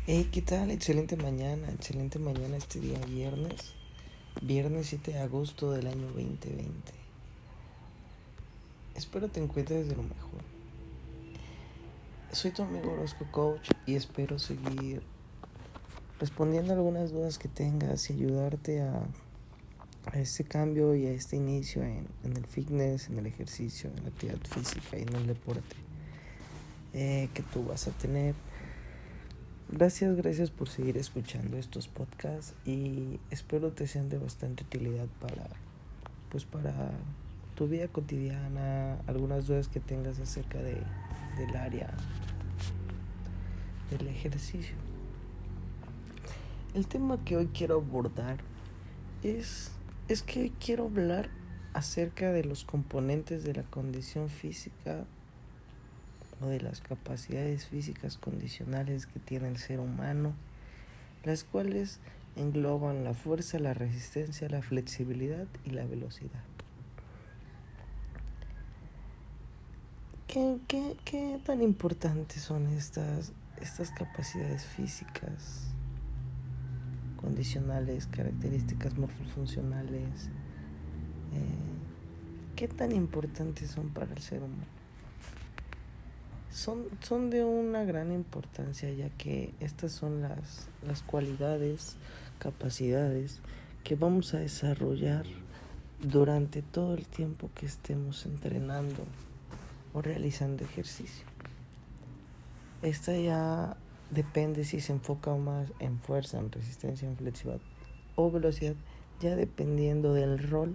Hey, ¿qué tal? Excelente mañana este día viernes 7 de agosto del año 2020. Espero te encuentres de lo mejor. Soy tu amigo Orozco Coach y espero seguir respondiendo algunas dudas que tengas y ayudarte a este cambio y a este inicio en el fitness, en el ejercicio, en la actividad física y en el deporte que tú vas a tener. Gracias por seguir escuchando estos podcasts y espero te sean de bastante utilidad para tu vida cotidiana, algunas dudas que tengas acerca del área del ejercicio. El tema que hoy quiero abordar es que hoy quiero hablar acerca de los componentes de la condición física o de las capacidades físicas condicionales que tiene el ser humano, las cuales engloban la fuerza, la resistencia, la flexibilidad y la velocidad. ¿Qué tan importantes son estas capacidades físicas condicionales, características morfofuncionales? ¿Qué tan importantes son para el ser humano? Son de una gran importancia, ya que estas son las cualidades, capacidades que vamos a desarrollar durante todo el tiempo que estemos entrenando o realizando ejercicio. Esta ya depende si se enfoca más en fuerza, en resistencia, en flexibilidad o velocidad, ya dependiendo del rol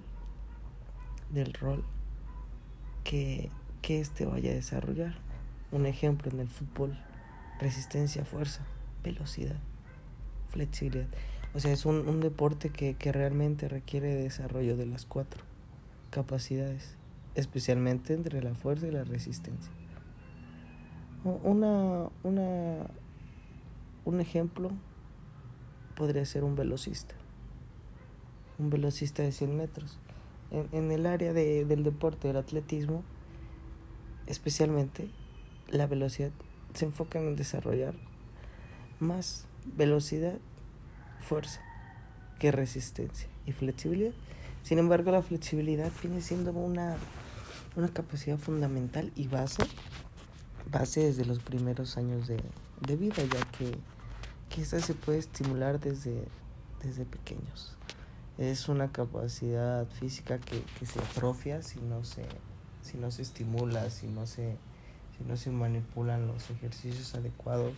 que éste vaya a desarrollar. Un ejemplo en el fútbol: resistencia, fuerza, velocidad, flexibilidad. O sea, es un deporte que realmente requiere desarrollo de las 4 capacidades, especialmente entre la fuerza y la resistencia. Un ejemplo podría ser un velocista de 100 metros. En el área del deporte del atletismo, especialmente, la velocidad se enfoca en desarrollar más velocidad, fuerza, que resistencia y flexibilidad. Sin embargo, la flexibilidad viene siendo una capacidad fundamental y base desde los primeros años de vida, ya que esta se puede estimular desde pequeños. Es una capacidad física que se atrofia si no se estimula, si no se manipulan los ejercicios adecuados.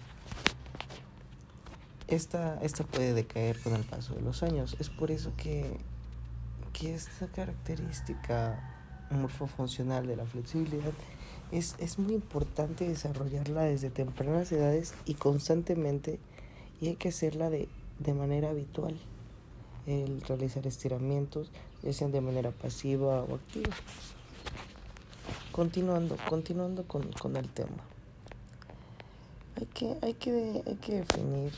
Esta puede decaer con el paso de los años. Es por eso que esta característica morfofuncional de la flexibilidad es muy importante desarrollarla desde tempranas edades y constantemente, y hay que hacerla de manera habitual, el realizar estiramientos, ya sean de manera pasiva o activa. Continuando con el tema, hay que definir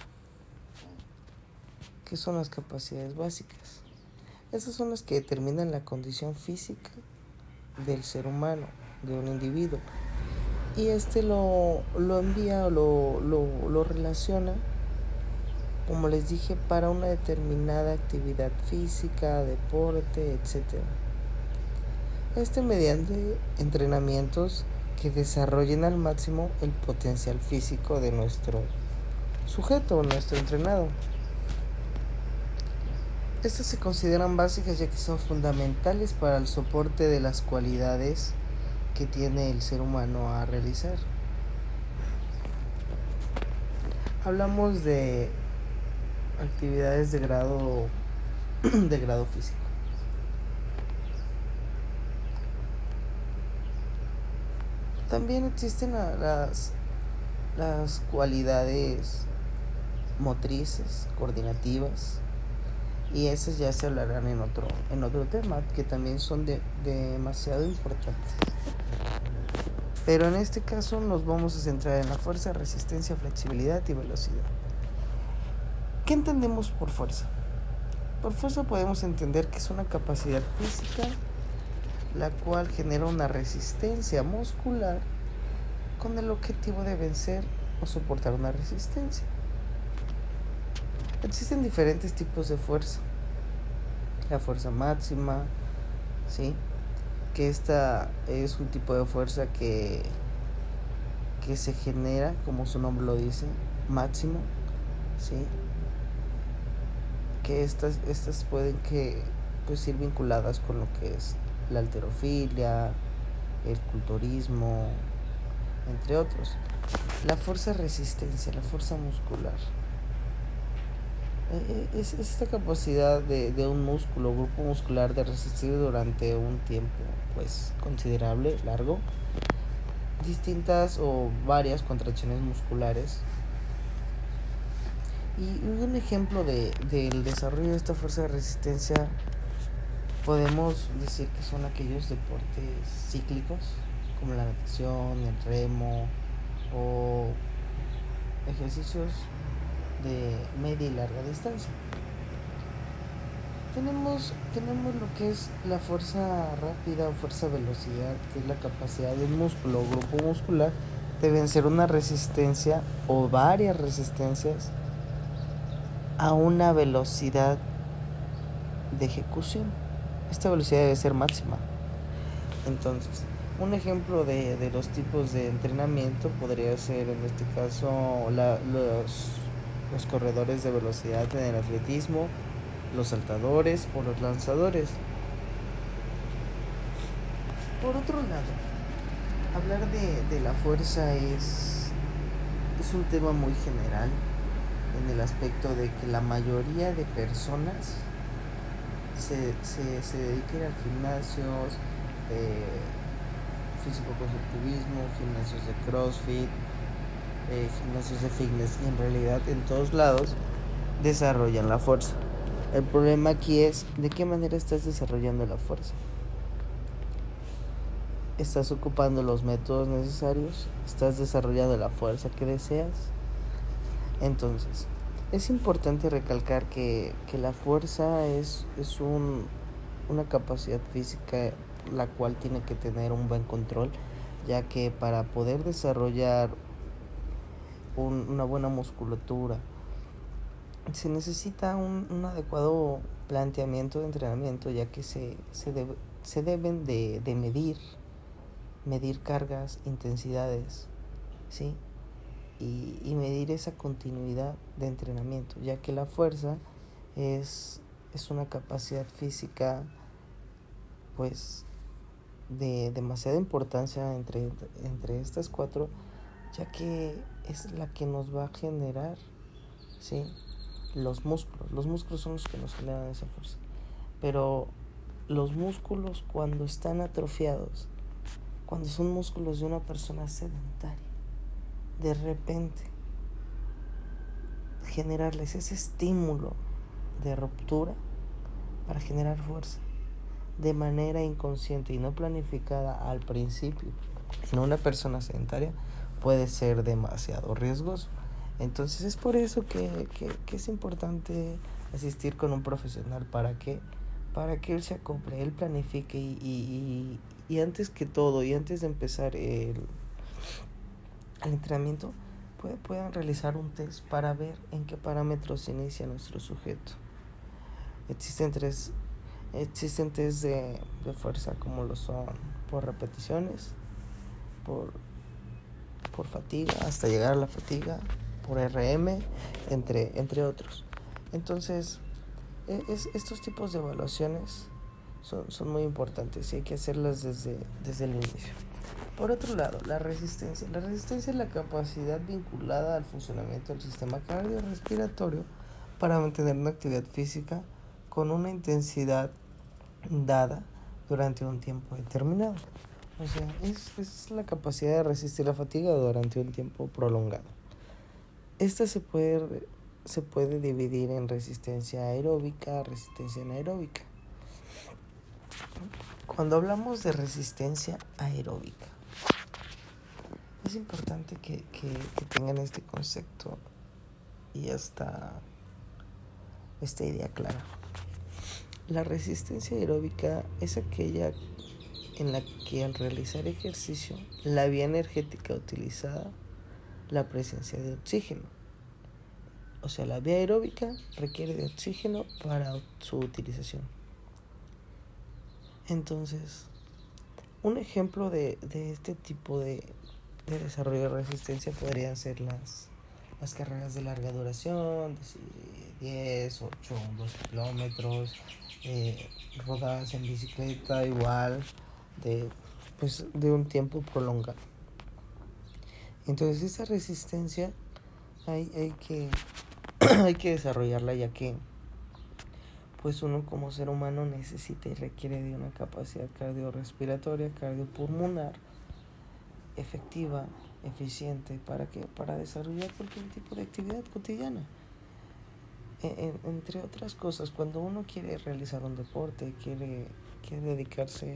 qué son las capacidades básicas. Estas son las que determinan la condición física del ser humano, de un individuo, y lo envía o lo relaciona, como les dije, para una determinada actividad física, deporte, etc. Mediante entrenamientos que desarrollen al máximo el potencial físico de nuestro sujeto, nuestro entrenado. Estas se consideran básicas ya que son fundamentales para el soporte de las cualidades que tiene el ser humano a realizar. Hablamos de actividades de grado físico. También existen las cualidades motrices, coordinativas, y esas ya se hablarán en otro tema, que también son demasiado importantes. Pero en este caso nos vamos a centrar en la fuerza, resistencia, flexibilidad y velocidad. ¿Qué entendemos por fuerza? Por fuerza podemos entender que es una capacidad física la cual genera una resistencia muscular con el objetivo de vencer o soportar una resistencia. Existen diferentes tipos de fuerza. La fuerza máxima, ¿sí? Que esta es un tipo de fuerza que se genera, como su nombre lo dice, máximo, ¿sí? Que estas pueden que pues ir vinculadas con lo que es la halterofilia, el culturismo, entre otros. La fuerza resistencia, la fuerza muscular, es esta capacidad de un músculo, grupo muscular, de resistir durante un tiempo pues considerable, largo, distintas o varias contracciones musculares. Y un ejemplo del desarrollo de esta fuerza de resistencia podemos decir que son aquellos deportes cíclicos, como la natación, el remo o ejercicios de media y larga distancia. Tenemos lo que es la fuerza rápida o fuerza velocidad, que es la capacidad de un músculo o grupo muscular de vencer una resistencia o varias resistencias a una velocidad de ejecución. Esta velocidad debe ser máxima. Entonces, un ejemplo de los tipos de entrenamiento podría ser, en este caso, los corredores de velocidad en el atletismo, los saltadores o los lanzadores. Por otro lado, hablar de la fuerza es un tema muy general, en el aspecto de que la mayoría de personas se dediquen a gimnasios, físico-constructivismo, gimnasios de CrossFit, gimnasios de fitness, y en realidad en todos lados desarrollan la fuerza. El problema aquí es de qué manera estás desarrollando la fuerza. ¿Estás ocupando los métodos necesarios? ¿Estás desarrollando la fuerza que deseas? Entonces, es importante recalcar que la fuerza es una capacidad física la cual tiene que tener un buen control, ya que para poder desarrollar una buena musculatura se necesita un adecuado planteamiento de entrenamiento, ya que se deben de medir cargas, intensidades, ¿sí? Y medir esa continuidad de entrenamiento, ya que la fuerza es una capacidad física pues de demasiada importancia entre estas cuatro, ya que es la que nos va a generar, ¿sí? Los músculos son los que nos generan esa fuerza, pero los músculos, cuando están atrofiados, cuando son músculos de una persona sedentaria, de repente generarles ese estímulo de ruptura para generar fuerza de manera inconsciente y no planificada al principio en una persona sedentaria puede ser demasiado riesgoso. Entonces es por eso que es importante asistir con un profesional para que él se acople, él planifique y antes que todo y antes de empezar el entrenamiento puedan realizar un test para ver en qué parámetros se inicia nuestro sujeto. Existen test de fuerza, como lo son por repeticiones, por fatiga, hasta llegar a la fatiga, por RM, entre otros. Entonces, estos tipos de evaluaciones son muy importantes y hay que hacerlas desde el inicio. Por otro lado, la resistencia. La resistencia es la capacidad vinculada al funcionamiento del sistema cardiorrespiratorio para mantener una actividad física con una intensidad dada durante un tiempo determinado. O sea, es la capacidad de resistir la fatiga durante un tiempo prolongado. Esta se puede dividir en resistencia aeróbica, resistencia anaeróbica. Cuando hablamos de resistencia aeróbica, es importante que tengan este concepto y esta idea clara. La resistencia aeróbica es aquella en la que al realizar ejercicio, la vía energética utilizada, la presencia de oxígeno, O sea, la vía aeróbica requiere de oxígeno para su utilización. Entonces, un ejemplo de este tipo de desarrollo de resistencia podrían ser las carreras de larga duración, de 10, 8, 12 kilómetros, rodadas en bicicleta igual, de un tiempo prolongado. Entonces esta resistencia hay que desarrollarla, ya que pues uno como ser humano necesita y requiere de una capacidad cardiorrespiratoria, cardiopulmonar efectiva, eficiente, para desarrollar cualquier tipo de actividad cotidiana. Entre otras cosas, cuando uno quiere realizar un deporte, quiere dedicarse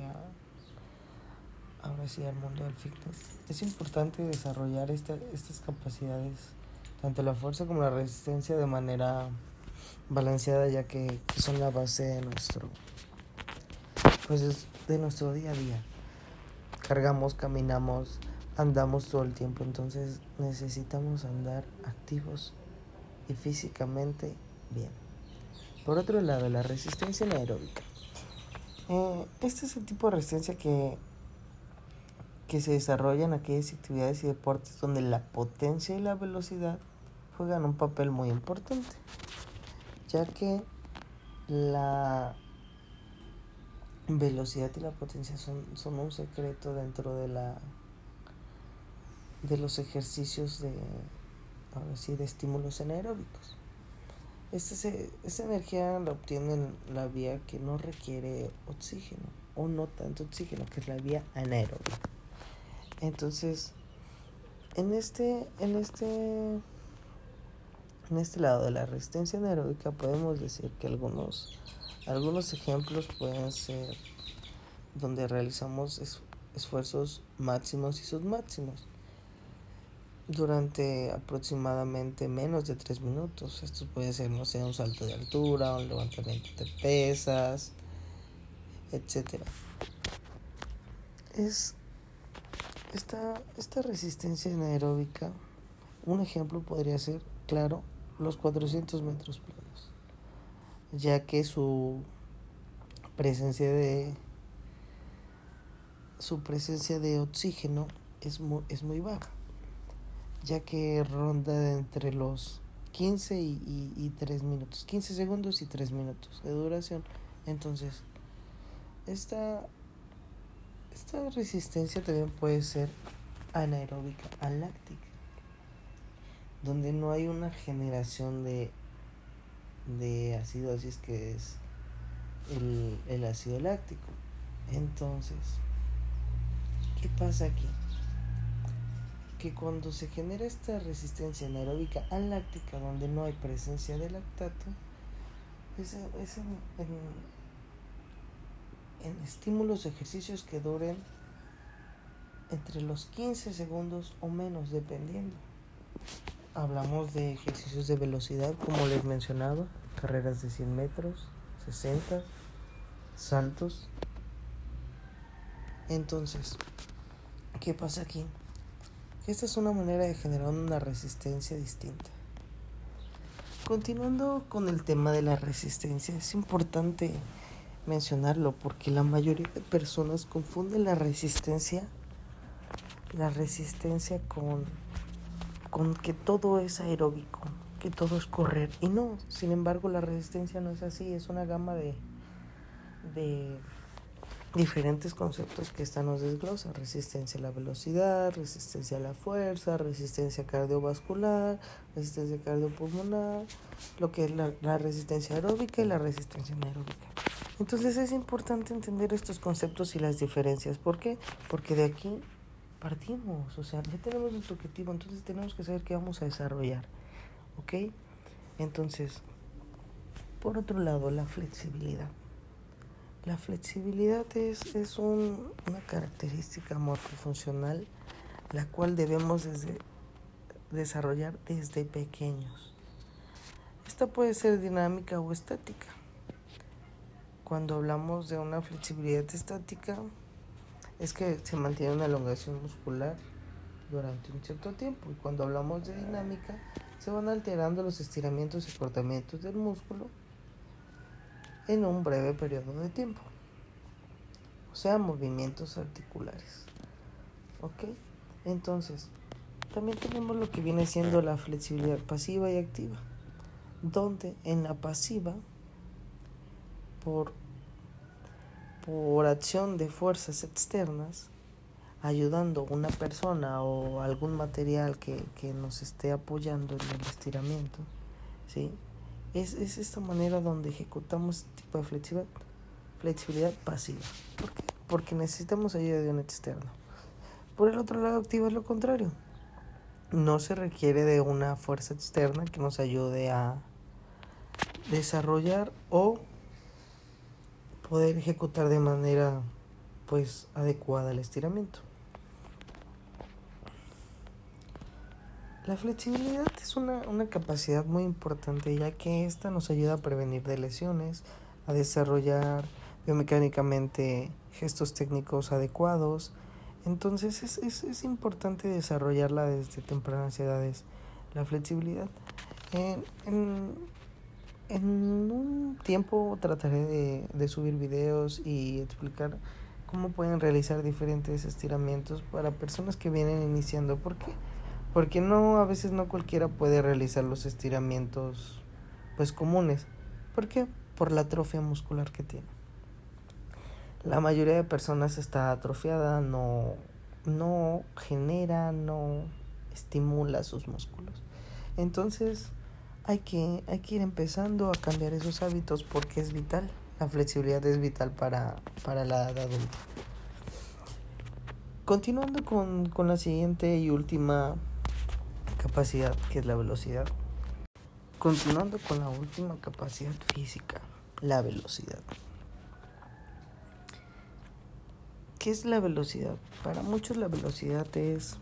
ahora sí al mundo del fitness, es importante desarrollar estas capacidades, tanto la fuerza como la resistencia, de manera balanceada, ya que son la base de nuestro día a día. Cargamos, caminamos, andamos todo el tiempo, entonces necesitamos andar activos y físicamente bien. Por otro lado, la resistencia anaeróbica. Este es el tipo de resistencia que se desarrolla en aquellas actividades y deportes donde la potencia y la velocidad juegan un papel muy importante, ya que la velocidad y la potencia son un secreto dentro de los ejercicios de estímulos anaeróbicos. Esta energía la obtiene la vía que no requiere oxígeno, o no tanto oxígeno, que es la vía anaeróbica. Entonces, en este lado de la resistencia anaeróbica podemos decir que algunos ejemplos pueden ser donde realizamos esfuerzos máximos y submáximos durante aproximadamente menos de 3 minutos. Esto puede ser, no sé, un salto de altura, un levantamiento de pesas, etcétera. Esta resistencia anaeróbica, un ejemplo podría ser, claro, los 400 metros planos, ya que su presencia de oxígeno es muy baja, ya que ronda entre los 15 y 3 minutos, 15 segundos y 3 minutos de duración. Entonces, esta resistencia también puede ser anaeróbica, aláctica, donde no hay una generación de acidosis, que es el ácido láctico. Entonces, ¿qué pasa aquí? Que cuando se genera esta resistencia anaeróbica aláctica, donde no hay presencia de lactato, es en estímulos, ejercicios que duren entre los 15 segundos o menos, dependiendo. Hablamos de ejercicios de velocidad, como les mencionaba, carreras de 100 metros, 60, saltos. Entonces, ¿qué pasa aquí? Esta es una manera de generar una resistencia distinta. Continuando con el tema de la resistencia, es importante mencionarlo porque la mayoría de personas confunden la resistencia con que todo es aeróbico, que todo es correr. Y no, sin embargo, la resistencia no es así, es una gama de diferentes conceptos que esta nos desglosa: resistencia a la velocidad, resistencia a la fuerza, resistencia cardiovascular, resistencia cardiopulmonar, lo que es la resistencia aeróbica y la resistencia anaeróbica. Entonces es importante entender estos conceptos y las diferencias. ¿Por qué? Porque de aquí partimos, o sea, ya tenemos nuestro objetivo, entonces tenemos que saber qué vamos a desarrollar, ¿ok? Entonces, por otro lado, la flexibilidad. La flexibilidad es una característica morfofuncional, la cual debemos desarrollar desde pequeños. Esta puede ser dinámica o estática. Cuando hablamos de una flexibilidad estática, es que se mantiene una elongación muscular durante un cierto tiempo. Y cuando hablamos de dinámica, se van alterando los estiramientos y cortamientos del músculo en un breve periodo de tiempo, o sea, movimientos articulares. ¿Ok? Entonces, también tenemos lo que viene siendo la flexibilidad pasiva y activa, donde en la pasiva, por acción de fuerzas externas, ayudando a una persona o algún material que nos esté apoyando en el estiramiento, ¿sí? Es esta manera donde ejecutamos este tipo de flexibilidad pasiva. ¿Por qué? Porque necesitamos ayuda de un externo. Por el otro lado, activa es lo contrario. No se requiere de una fuerza externa que nos ayude a desarrollar o poder ejecutar de manera pues adecuada el estiramiento. La flexibilidad es una capacidad muy importante, ya que esta nos ayuda a prevenir de lesiones, a desarrollar biomecánicamente gestos técnicos adecuados. Entonces es importante desarrollarla desde tempranas edades. La flexibilidad. En un tiempo trataré de subir videos y explicar cómo pueden realizar diferentes estiramientos para personas que vienen iniciando. ¿Por qué? Porque a veces no cualquiera puede realizar los estiramientos pues comunes. ¿Por qué? Por la atrofia muscular que tiene. La mayoría de personas está atrofiada, no genera, no estimula sus músculos. Entonces hay que ir empezando a cambiar esos hábitos porque es vital. La flexibilidad es vital para la edad adulta. Continuando con la siguiente y última capacidad, que es la velocidad. Continuando con la última capacidad física, la velocidad. ¿Qué es la velocidad? Para muchos la velocidad es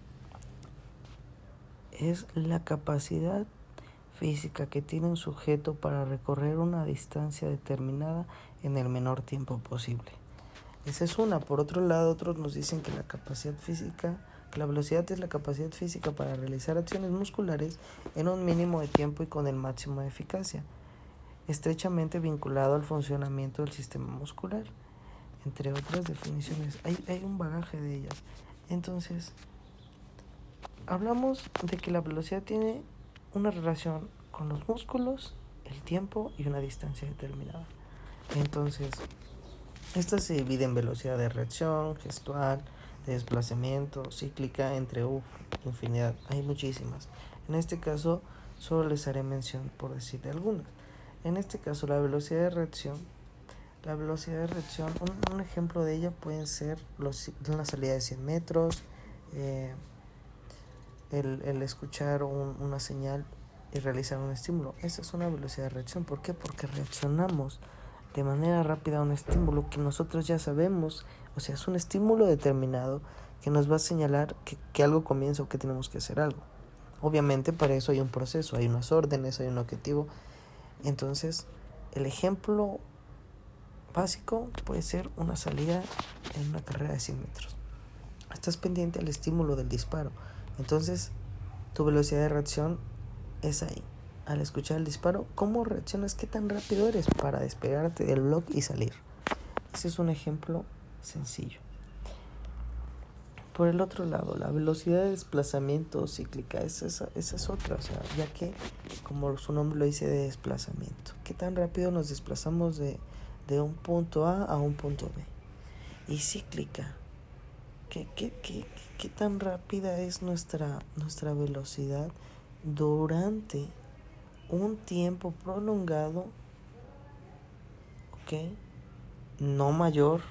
la capacidad física que tiene un sujeto para recorrer una distancia determinada en el menor tiempo posible. Esa es una. Por otro lado, otros nos dicen que la velocidad es la capacidad física para realizar acciones musculares en un mínimo de tiempo y con el máximo de eficacia, estrechamente vinculado al funcionamiento del sistema muscular, entre otras definiciones. Hay un bagaje de ellas. Entonces, hablamos de que la velocidad tiene una relación con los músculos, el tiempo y una distancia determinada. Entonces, esta se divide en velocidad de reacción, gestual, de desplazamiento, cíclica, entre infinidad. Hay muchísimas. En este caso, solo les haré mención por decir algunas. En este caso, la velocidad de reacción, un ejemplo de ella pueden ser una salida de 100 metros, el escuchar una señal y realizar un estímulo. Esa es una velocidad de reacción. ¿Por qué? Porque reaccionamos de manera rápida a un estímulo que nosotros ya sabemos. O sea, es un estímulo determinado que nos va a señalar que algo comienza o que tenemos que hacer algo. Obviamente para eso hay un proceso, hay unas órdenes, hay un objetivo. Entonces, el ejemplo básico puede ser una salida en una carrera de 100 metros. Estás pendiente al estímulo del disparo. Entonces, tu velocidad de reacción es ahí. Al escuchar el disparo, ¿cómo reaccionas? ¿Qué tan rápido eres para despegarte del block y salir? Ese es un ejemplo sencillo. Por el otro lado, la velocidad de desplazamiento cíclica, esa es otra, o sea, ya que, como su nombre lo dice, de desplazamiento. ¿Qué tan rápido nos desplazamos de un punto A un punto B? Y cíclica, ¿qué tan rápida es nuestra velocidad durante un tiempo prolongado? ¿Ok? No mayor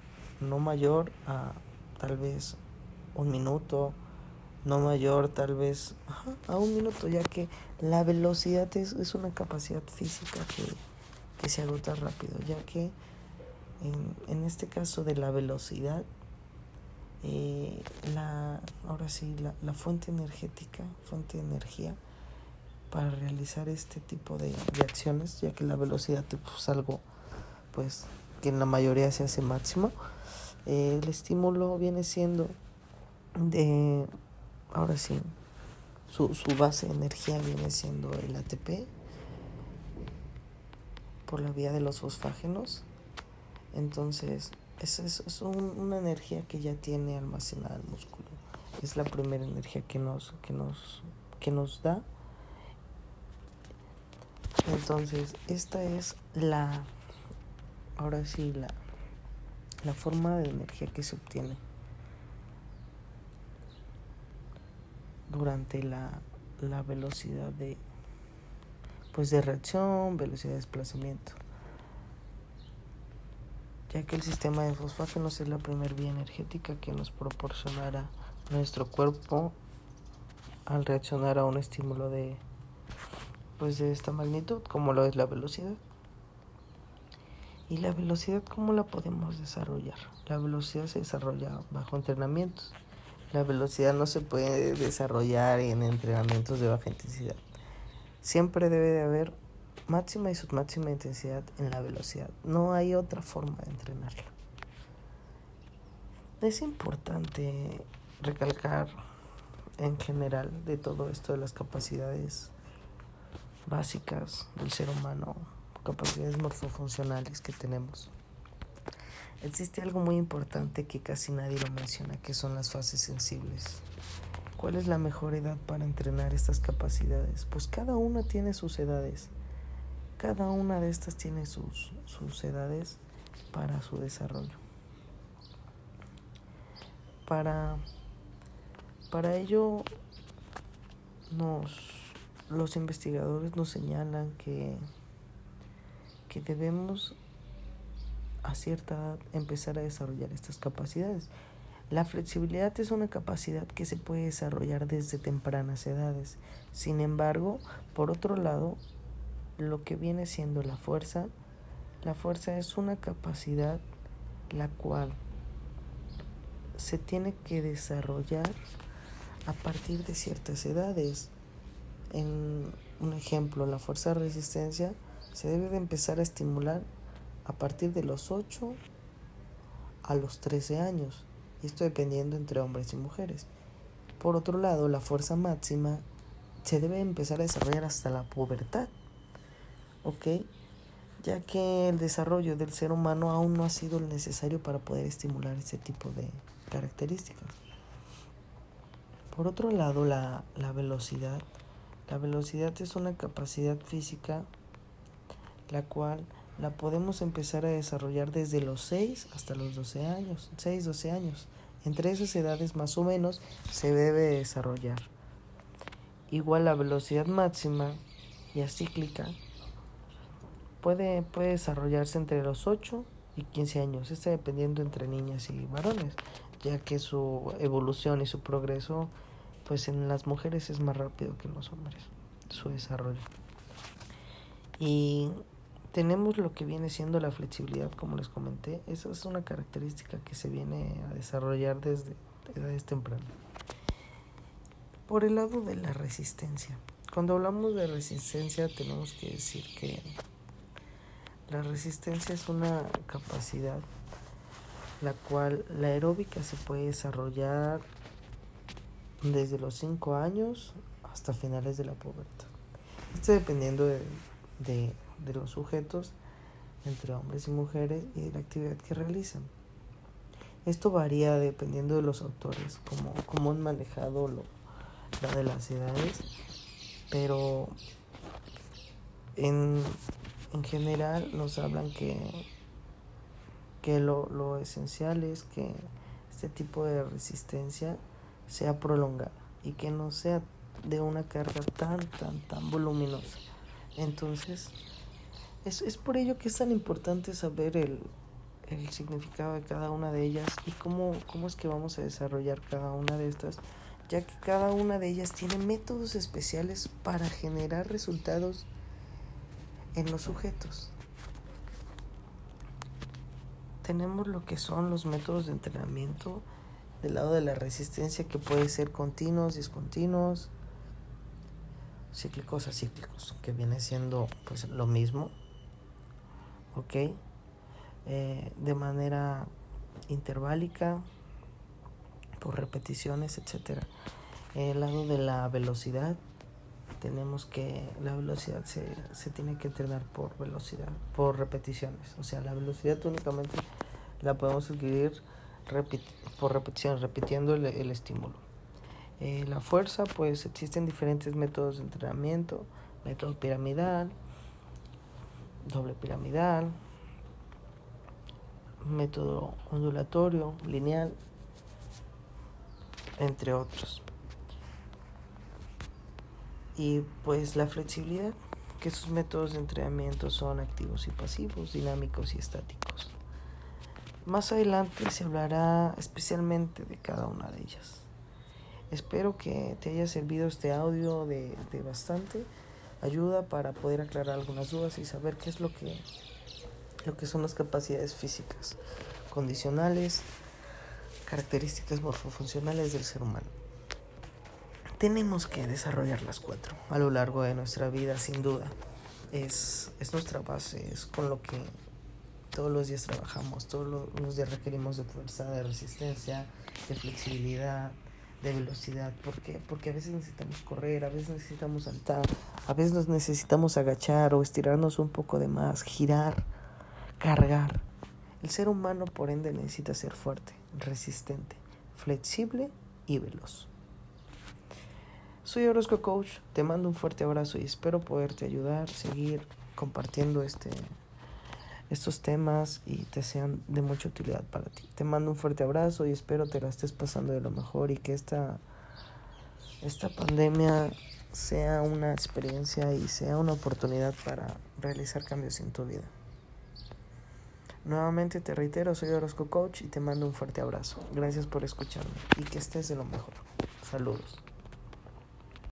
a tal vez un minuto, no mayor tal vez a un minuto, ya que la velocidad es una capacidad física que se agota rápido, ya que en este caso de la velocidad, la fuente de energía para realizar este tipo de acciones, ya que la velocidad es algo pues que en la mayoría se hace máximo. El estímulo viene siendo su base de energía viene siendo el ATP por la vía de los fosfágenos. Entonces es una energía que ya tiene almacenada el músculo. Es la primera energía que nos da. Entonces esta es ahora sí la forma de energía que se obtiene durante la velocidad de reacción, velocidad de desplazamiento, ya que el sistema de fosfágenos es la primera vía energética que nos proporcionará nuestro cuerpo al reaccionar a un estímulo de esta magnitud, como lo es la velocidad. ¿Y la velocidad cómo la podemos desarrollar? La velocidad se desarrolla bajo entrenamientos. La velocidad no se puede desarrollar en entrenamientos de baja intensidad. Siempre debe de haber máxima y submáxima intensidad en la velocidad. No hay otra forma de entrenarla. Es importante recalcar en general de todo esto de las capacidades básicas del ser humano, capacidades morfofuncionales que tenemos. Existe algo muy importante que casi nadie lo menciona, que son las fases sensibles. ¿Cuál es la mejor edad para entrenar estas capacidades? Pues cada una tiene sus edades. Cada una de estas tiene sus edades para su desarrollo. Para ello, los investigadores nos señalan que debemos a cierta edad empezar a desarrollar estas capacidades. La flexibilidad es una capacidad que se puede desarrollar desde tempranas edades. Sin embargo, por otro lado, lo que viene siendo la fuerza es una capacidad la cual se tiene que desarrollar a partir de ciertas edades. En un ejemplo, la fuerza de resistencia se debe de empezar a estimular a partir de los 8 a los 13 años. Y esto dependiendo entre hombres y mujeres. Por otro lado, la fuerza máxima se debe empezar a desarrollar hasta la pubertad, ¿ok? Ya que el desarrollo del ser humano aún no ha sido el necesario para poder estimular este tipo de características. Por otro lado, la velocidad. La velocidad es una capacidad física la cual la podemos empezar a desarrollar desde los 6 hasta los 12 años, 6-12 años. Entre esas edades más o menos se debe desarrollar. Igual la velocidad máxima y acíclica puede desarrollarse entre los 8 y 15 años, dependiendo entre niñas y varones, ya que su evolución y su progreso pues en las mujeres es más rápido que en los hombres, su desarrollo. Y tenemos lo que viene siendo la flexibilidad, como les comenté. Esa es una característica que se viene a desarrollar desde edades tempranas. Por el lado de la resistencia. Cuando hablamos de resistencia tenemos que decir que la resistencia es una capacidad la cual la aeróbica se puede desarrollar desde los 5 años hasta finales de la pubertad. Esto dependiendo de los sujetos, entre hombres y mujeres, y de la actividad que realizan. Esto varía dependiendo de los autores, como han manejado la de las edades, pero en general nos hablan que lo esencial es que este tipo de resistencia sea prolongada y que no sea de una carga tan voluminosa. Entonces, es por ello que es tan importante saber el significado de cada una de ellas y cómo es que vamos a desarrollar cada una de estas, ya que cada una de ellas tiene métodos especiales para generar resultados en los sujetos. Tenemos lo que son los métodos de entrenamiento del lado de la resistencia, que puede ser continuos, discontinuos, cíclicos, acíclicos, que viene siendo pues lo mismo, ¿ok? De manera interválica, por repeticiones, etcétera. El lado de la velocidad, tenemos que la velocidad se tiene que entrenar por velocidad, por repeticiones. O sea, la velocidad únicamente la podemos adquirir por repetición, repitiendo el estímulo. La fuerza, pues existen diferentes métodos de entrenamiento: método piramidal, doble piramidal, método ondulatorio, lineal, entre otros. Y pues la flexibilidad, que sus métodos de entrenamiento son activos y pasivos, dinámicos y estáticos. Más adelante se hablará especialmente de cada una de ellas. Espero que te haya servido este audio de bastante ayuda para poder aclarar algunas dudas y saber qué es lo que son las capacidades físicas, condicionales, características morfofuncionales del ser humano. Tenemos que desarrollar las 4 a lo largo de nuestra vida, sin duda. Es nuestra base, es con lo que todos los días trabajamos, todos los días requerimos de fuerza, de resistencia, de flexibilidad, de velocidad. ¿Por qué? Porque a veces necesitamos correr, a veces necesitamos saltar, a veces nos necesitamos agachar o estirarnos un poco de más, girar, cargar. El ser humano, por ende, necesita ser fuerte, resistente, flexible y veloz. Soy Orozco Coach, te mando un fuerte abrazo y espero poderte ayudar, seguir compartiendo estos temas y te sean de mucha utilidad para ti. Te mando un fuerte abrazo y espero te la estés pasando de lo mejor y que esta pandemia sea una experiencia y sea una oportunidad para realizar cambios en tu vida. Nuevamente te reitero, soy Orozco Coach y te mando un fuerte abrazo. Gracias por escucharme y que estés de lo mejor. Saludos.